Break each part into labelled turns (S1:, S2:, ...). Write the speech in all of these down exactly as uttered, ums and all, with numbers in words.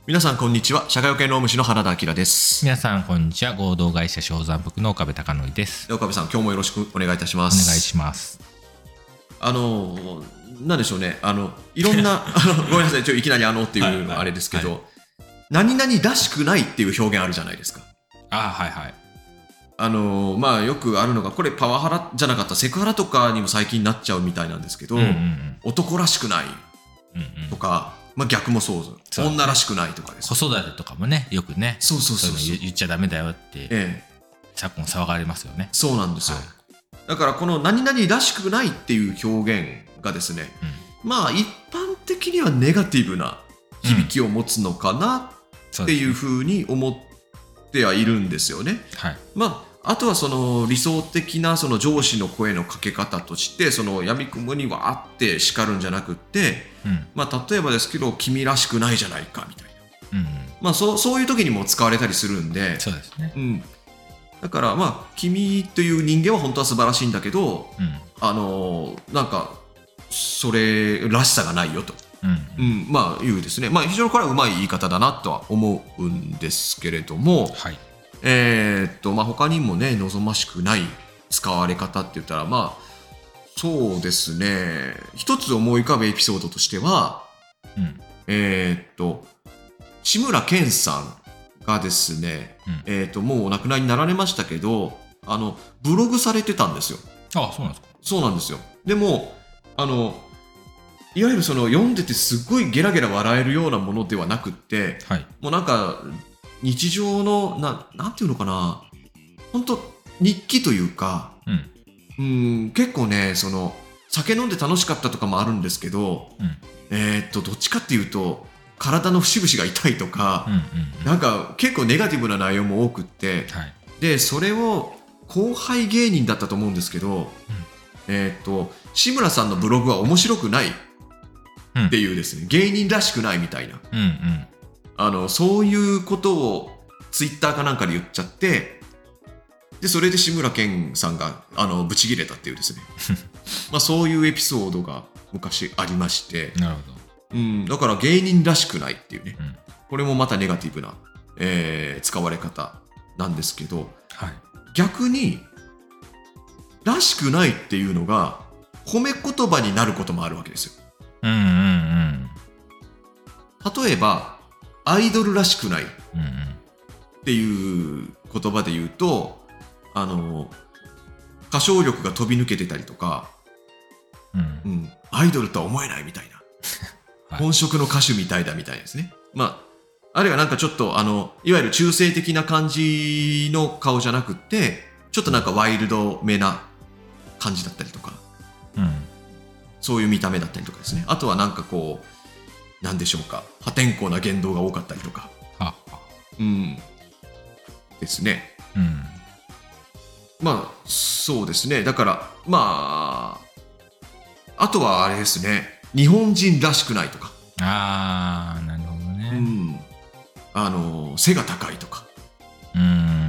S1: 皆さんこんにちは。社会保険労務士の原田明です。
S2: 皆さんこんにちは。合同会社小山福の岡部貴則です。
S1: 岡部さん、今日もよろしくお願いいたします。
S2: お願いします。
S1: あのなんでしょうね、あのいろんなあのごめんなさい、ちょいきなりあのっていうのあれですけど、はいはい、何々らしくないっていう表現あるじゃないですか。
S2: あはいはい
S1: あのまあよくあるのが、これパワハラじゃなかったセクハラとかにも最近なっちゃうみたいなんですけど、うんうんうん、男らしくないとか、うんうん、まあ、逆もそうそう、女らしくないとかです、
S2: 子育てとかもね、よくね、
S1: そうそうそうそう、
S2: そういうの言っちゃダメだよって、ええ、昨今騒がれますよね。
S1: そうなんですよ、はい、だからこの何々らしくないっていう表現がですね、うん、まあ一般的にはネガティブな響きを持つのかなっていうふうに思ってはいるんですよね、はい、まああとはその理想的なその上司の声のかけ方として、その闇雲にわーって叱るんじゃなくって、うん、まあ例えばですけど、君らしくないじゃないかみたいな、うんうん、まあそう、そういう時にも使われたりするんで、
S2: そうですね、
S1: うん、だからまあ君という人間は本当は素晴らしいんだけど、うん、あのなんかそれらしさがないよと、うんうん、まあいうですね、まあ非常にこれはうまい言い方だなとは思うんですけれども、はい、えーっとまあ、他にもね、望ましくない使われ方って言ったら、まあそうですね、一つ思い浮かぶエピソードとしては、うん、えーっと志村けんさんがですね、うん、えーっともうお亡くなりになられましたけど、あのブログされてたんですよ。
S2: ああ、そうなんですか。
S1: そうなんですよ。でもあのいわゆるその読んでてすごいゲラゲラ笑えるようなものではなくって、はい、もうなんか日常の な, なんていうのかな、本当日記というか、うん、うん結構ね、その酒飲んで楽しかったとかもあるんですけど、うん、えー、っとどっちかっていうと体の節々が痛いとか、うんうんうん、なんか結構ネガティブな内容も多くって、はい、でそれを後輩芸人だったと思うんですけど、うん、えー、っと志村さんのブログは面白くないっていうですね、うん、芸人らしくないみたいな、うんうん、あのそういうことをツイッターかなんかで言っちゃって、でそれで志村けんさんがあのブチギレたっていうですねまあそういうエピソードが昔ありまして、なるほど、うん、だから芸人らしくないっていうね、うん、これもまたネガティブな、えー、使われ方なんですけど、はい、逆にらしくないっていうのが褒め言葉になることもあるわけですよ。うんうんうん、例えばアイドルらしくないっていう言葉で言うと、あの歌唱力が飛び抜けてたりとか、うんうん、アイドルとは思えないみたいな、はい、本職の歌手みたいだみたいですね。まあ、あるいはなんかちょっとあのいわゆる中性的な感じの顔じゃなくって、ちょっとなんかワイルドめな感じだったりとか、うん、そういう見た目だったりとかですね。あとはなんかこうなんでしょうか、破天荒な言動が多かったりとか、はあ、うんですね。うん、まあそうですね。だからまああとはあれですね、日本人らしくないとか、
S2: ああなるほどね、うん、
S1: あの背が高いとか、うん、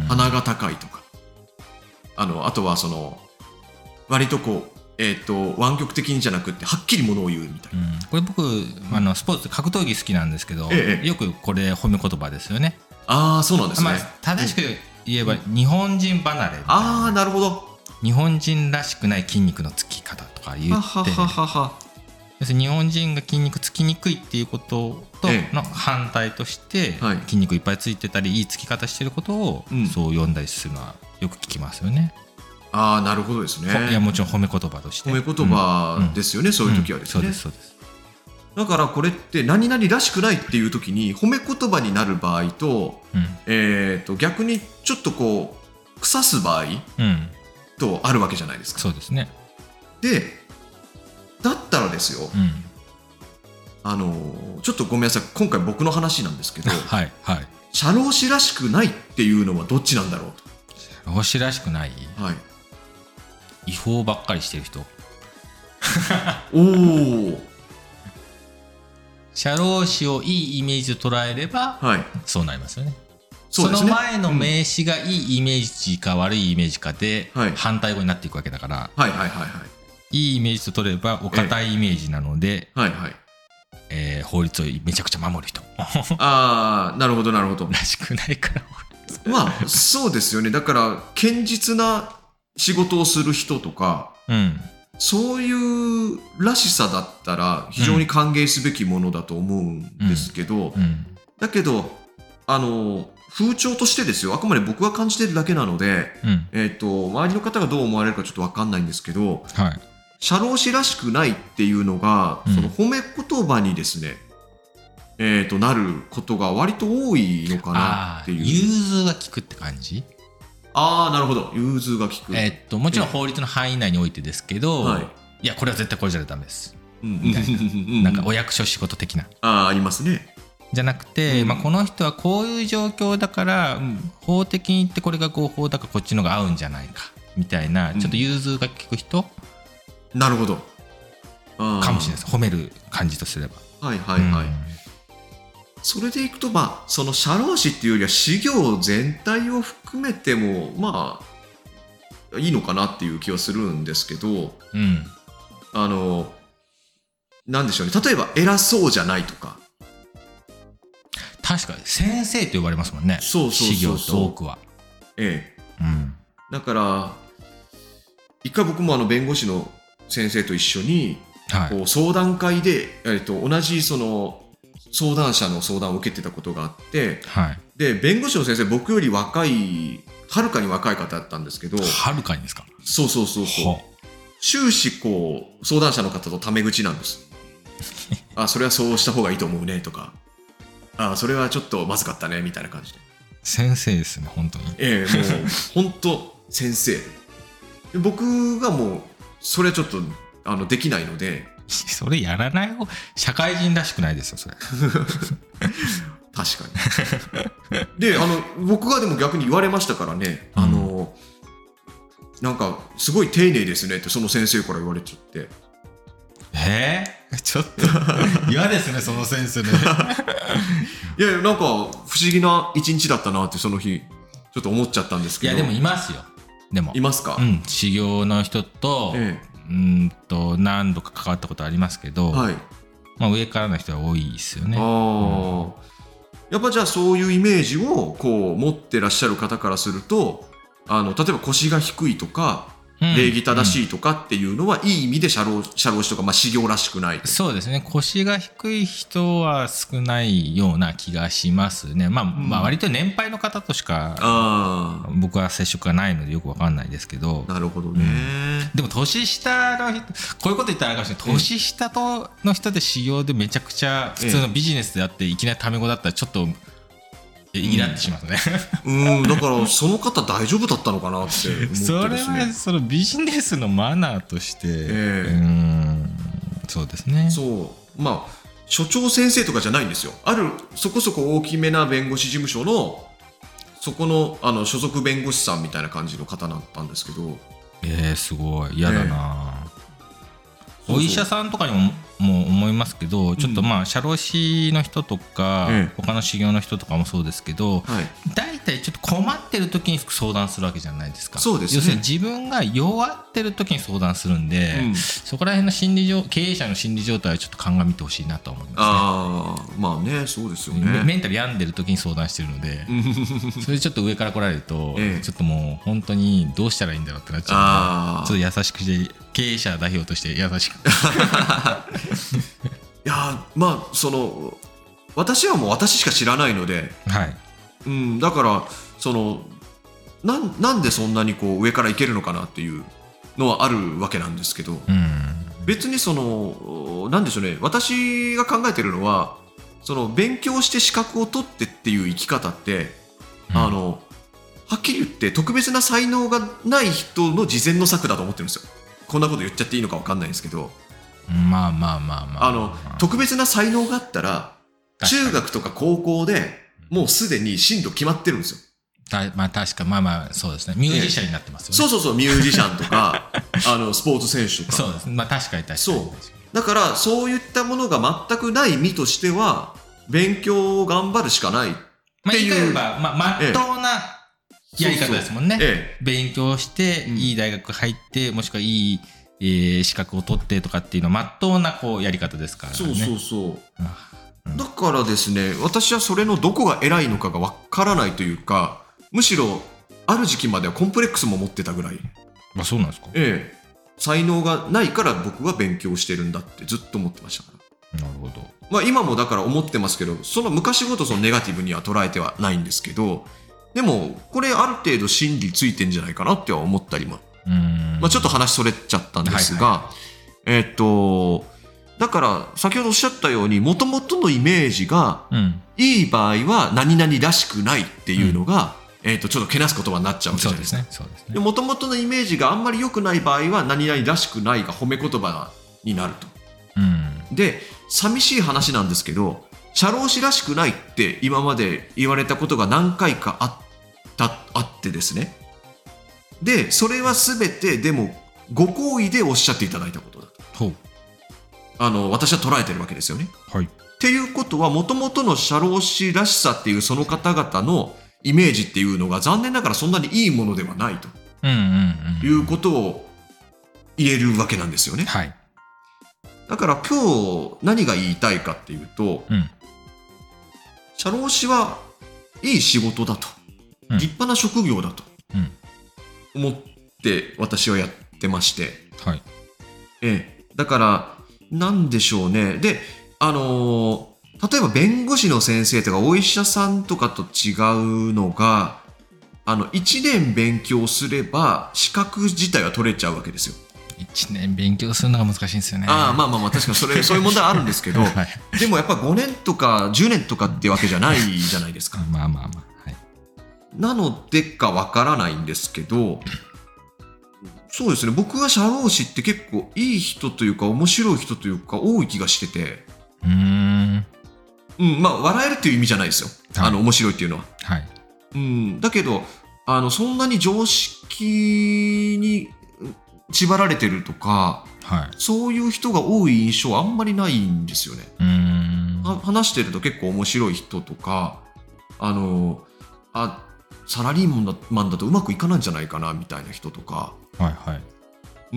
S1: 鼻が高いとか、あのあとはその割とこうえー、と湾曲的にじゃなくてはっきりものを言うみたいな、うん、
S2: これ僕あのスポーツ格闘技好きなんですけど、ええ、よくこれ褒め言葉ですよね。
S1: ああそうなんですね、まあ、
S2: 正しく言えば日本人離れみたいな、
S1: ああなるほど、
S2: 日本人らしくない筋肉のつき方とか言って、はははは、要するに日本人が筋肉つきにくいっていうこととの反対として、ええ、筋肉いっぱいついてたりいいつき方してることを、うん、そう呼んだりするのはよく聞きますよね。
S1: ああなるほどですね。
S2: いやもちろん褒め言葉として
S1: 褒め言葉ですよね、うん、そういう時はですね、うんうん、そうですそうです。だからこれって何々らしくないっていう時に褒め言葉になる場合と、うん、えー、と逆にちょっとこう腐す場合、うん、とあるわけじゃないですか。
S2: そうですね。
S1: でだったらですよ、うん、あのちょっとごめんなさい、今回僕の話なんですけど、はいはい、社労士らしくないっていうのはどっちなんだろうと。
S2: 社労士らしくない、はい、違法ばっかりしてる人おお社労士をいいイメージと捉えれば、はい、そうなりますよね。そうですね。その前の名詞がいいイメージか悪いイメージかで反対語になっていくわけだから、はいはいはいはい、いいイメージと取ればお堅いイメージなので、えーはいはい、えー、 法律をめちゃくちゃ守る人
S1: ああなるほどなるほど
S2: らしくないから
S1: まあそうですよね。だから堅実な仕事をする人とか、うん、そういうらしさだったら非常に歓迎すべきものだと思うんですけど、うんうん、だけどあの風潮としてですよ、あくまで僕が感じてるだけなので、うん、えーと、周りの方がどう思われるかちょっと分かんないんですけど、はい、社労士らしくないっていうのが、うん、その褒め言葉にですね、えーとなることが割と多いのかなっていう。
S2: 融通が利くって感じ。
S1: ああなるほど、融通が利く。
S2: えー、っともちろん法律の範囲内においてですけど、はい、いやこれは絶対これじゃダメです、うん、みたいななんかお役所仕事的な
S1: あありますね。
S2: じゃなくて、うんまあ、この人はこういう状況だから、うん、法的に言ってこれが合法だからこっちのが合うんじゃないかみたいな、うん、ちょっと融通が利く人、
S1: なるほど
S2: かもしれないです。褒める感じとすれば。
S1: はいはいはい、うん、それでいくと、まあ、その社労士っていうよりは事業全体を含めてもまあいいのかなっていう気はするんですけど、うん、あのなんでしょうね、例えば偉そうじゃないとか。
S2: 確かに先生と呼ばれますもんね。
S1: そうそうそうそう、
S2: 事業って多くは。
S1: ええ、うん、だから一回僕もあの弁護士の先生と一緒にこう相談会で、えっと同じその相談者の相談を受けてたことがあって、はい、で弁護士の先生僕より若いはるかに若い方だったんですけど。
S2: はるかにですか。
S1: そうそうそうそう、終始こう相談者の方とタメ口なんですあそれはそうした方がいいと思うねとか、あそれはちょっとまずかったねみたいな感じで。
S2: 先生ですね本当に。
S1: ええもう本当先生で僕がもうそれちょっとあのできないので
S2: それやらない方社会人らしくないですよそれ
S1: 確かにであの僕がでも逆に言われましたからね、うん、あのなんかすごい丁寧ですねってその先生から言われちゃって。
S2: えー、ちょっと嫌ですねその先生ね
S1: いやなんか不思議な一日だったなってその日ちょっと思っちゃったんですけど。
S2: いやでもいますよ。でも
S1: いますか。
S2: うん、修行の人と、ええ、うんと何度か関わったことありますけど、はい、まあ、上からの人は多いですよね。あ、
S1: うん、やっぱじゃあそういうイメージをこう持ってらっしゃる方からすると、あの例えば腰が低いとか礼儀正しいとかっていうのは、うん、いい意味で社労社労士とか、まあ、修行らしくない。
S2: そうですね、腰が低い人は少ないような気がしますね。まあ、うん、まあ割と年配の方としかあ僕は接触がないのでよく分かんないですけど。
S1: なるほどね、
S2: うん、でも年下の人、こういうこと言ったらあれかもしれない、年下との人で修行でめちゃくちゃ普通のビジネスであっていきなりタメ語だったらちょっとイラってしますね、
S1: うん、うんだからその方大丈夫だったのかなって思ってですね。
S2: それはそのビジネスのマナーとして、えー、うーんそうですね。
S1: そうまあ所長先生とかじゃないんですよ。あるそこそこ大きめな弁護士事務所のそこの、あの所属弁護士さんみたいな感じの方だったんですけど。
S2: えー、すごい嫌だな、えー、お医者さんとかにもも思いますけど、ちょっとまあ社労士の人とか、うん、他の修行の人とかもそうですけど、はい、大体ちょっと困ってる時に相談するわけじゃないですか。
S1: そうですね、
S2: 要するに自分が弱ってる時に相談するんで、うん、そこら辺の心理状経営者の心理状態はちょっと鑑みてほしいなと思いますね。
S1: あまあね、そうですよね。
S2: メンタル病んでる時に相談してるのでそれでちょっと上から来られると、ええ、ちょっともう本当にどうしたらいいんだろうってなっちゃうので、ちょっと優しくして経営者代表として優しく
S1: いやまあその私はもう私しか知らないので、はいうん、だからそのな ん, なんでそんなにこう上からいけるのかなっていうのはあるわけなんですけど、うん、別にそのなんでしょうね、私が考えてるのはその勉強して資格を取ってっていう生き方って、うん、あのはっきり言って特別な才能がない人の事前の策だと思ってるんですよ。こんなこと言っちゃっていいのか分かんないですけど、
S2: まあまあまあまあ、
S1: あの特別な才能があったら中学とか高校でもうすでに進路決まってるんですよ。
S2: まあ確かまあまあそうですね、ミュージシャンになってますよね。
S1: そうそうそう、ミュージシャンとかあのスポーツ選手とか。
S2: そうですね、まあ確かに確かに。
S1: そうだからそういったものが全くない身としては勉強を頑張るしかないっていう、
S2: まあ、言い換えれば、まあ、まっとうなやり方ですもんね。そうそう、ええ、勉強していい大学入って、うん、もしくはいい、えー、資格を取ってとかっていうのはまっとうなこうやり方ですからね。
S1: そうそうそう、 だからですね、私はそれのどこが偉いのかがわからないというか、むしろある時期まではコンプレックスも持ってたぐらい。
S2: あ、そうなんですか。
S1: ええ、才能がないから僕は勉強してるんだってずっと思ってましたから。
S2: なるほど。
S1: まあ今もだから思ってますけど、その昔ほどそのネガティブには捉えてはないんですけど、でもこれある程度真理ついてんじゃないかなっては思ったりも、
S2: うーん、
S1: まあ、ちょっと話それちゃったんですが、
S2: はいはい、
S1: えー、っとだから先ほどおっしゃったように元々のイメージがいい場合は何々らしくないっていうのが、うん、えー、っとちょっとけなす言葉になっちゃうわけじゃないですか。
S2: そうですね。
S1: で元々のイメージがあんまり良くない場合は何々らしくないが褒め言葉になると、うん、で寂しい話なんですけど、社労士らしくないって今まで言われたことが何回かあったあってですね、でそれは全てでもご好意でおっしゃっていただいたことだと、ほう、あの私は捉えてるわけですよね。はい、っていうことは元々の社労士らしさっていうその方々のイメージっていうのが残念ながらそんなにいいものではないと、うんうんうん、いうことを言えるわけなんですよね。はい、だから今日何が言いたいかっていうと、うん、社労士はいい仕事だと、うん、立派な職業だと、うん、思って私はやってまして、はい、ええ、だからなんでしょうね。で、あのー、例えば弁護士の先生とかお医者さんとかと違うのが、あのいちねん勉強すれば資格自体は取れちゃうわけですよ。
S2: いちねん勉強するのが難しいんですよね。
S1: ああ、まあまあまあ確かにそれそういう問題あるんですけど、はい、でもやっぱごねんとかじゅうねんとかってわけじゃないじゃないですか。
S2: まあまあまあ、はい、
S1: なのでかわからないんですけど、そうですね、僕は社労士って結構いい人というか面白い人というか多い気がしてて、うーん、うん、まあ笑えるっていう意味じゃないですよ、はい、あの面白いっていうのは、はい、うん、だけどあのそんなに常識に縛られてるとか、はい、そういう人が多い印象はあんまりないんですよね。うーん、話してると結構面白い人とか、あのあサラリーマン だ, マンだとうまくいかないんじゃないかなみたいな人とか、はいはい、うん、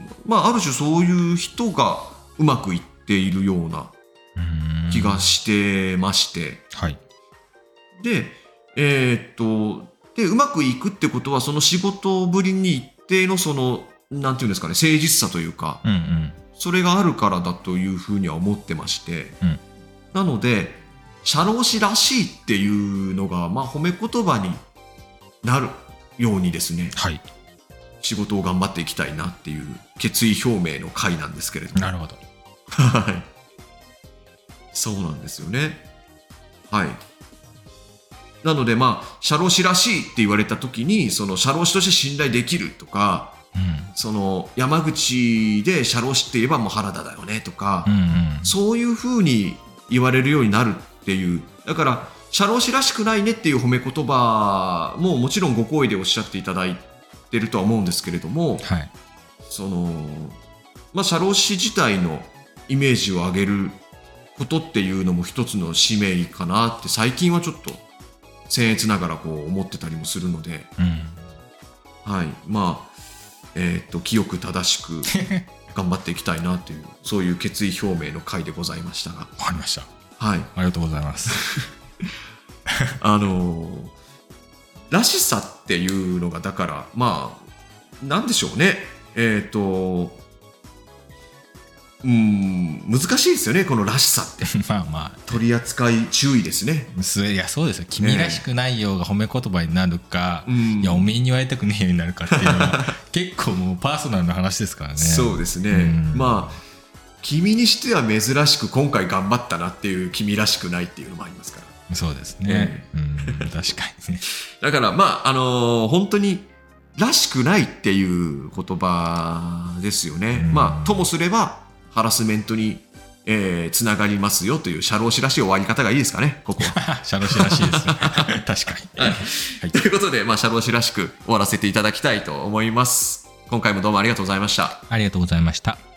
S1: まあある種そういう人がうまくいっているような気がしてまして、はい、で、えー、っとでうまくいくってことはその仕事ぶりに一定のそのなんていうんですかね、誠実さというか、うんうん、それがあるからだというふうには思ってまして、うん、なので社労士らしいっていうのが、まあ、褒め言葉になるようにですね、はい、仕事を頑張っていきたいなっていう決意表明の回なんですけれども。
S2: なるほど。
S1: はい、そうなんですよね。はい。なのでまあ社労士らしいって言われた時に、その社労士として信頼できるとか、うん、その山口で社労士って言えばもう原田だよねとか、うんうん、そういう風に言われるようになるっていう、だから社労士らしくないねっていう褒め言葉ももちろんご好意でおっしゃっていただいてるとは思うんですけれども、はい、そのまあ社労士自体のイメージを上げることっていうのも一つの使命かなって最近はちょっと僭越ながらこう思ってたりもするので、うん、はい、まあえー、っと清く正しく頑張っていきたいなというそういう決意表明の回でございましたが。わ
S2: かりました。
S1: はい、
S2: ありがとうございます。
S1: あのー、らしさっていうのがだからまあなんでしょうね、えー、っとうーん難しいですよね、このらしさって。まあまあ取り扱い注意ですね。
S2: いやそうですよ、君らしくないようが褒め言葉になるか、えー、いやおめえに言われたくねえようになるかっていうのは結構もうパーソナルな話ですからね。
S1: そうですね、うん、まあ君にしては珍しく今回頑張ったなっていう君らしくないっていうのもありますから。
S2: そうですね、えー、うん確かにね。
S1: だからまああのー、本当にらしくないっていう言葉ですよね、うん、まあともすればハラスメントに、えー、つながりますよという社労士らしい終わり方がいいですかね、ここは。
S2: 社労士らしいですね。確かに、はい
S1: はい、ということで、まあ、社労士らしく終わらせていただきたいと思います。今回もどうもありがとうございました。
S2: ありがとうございました。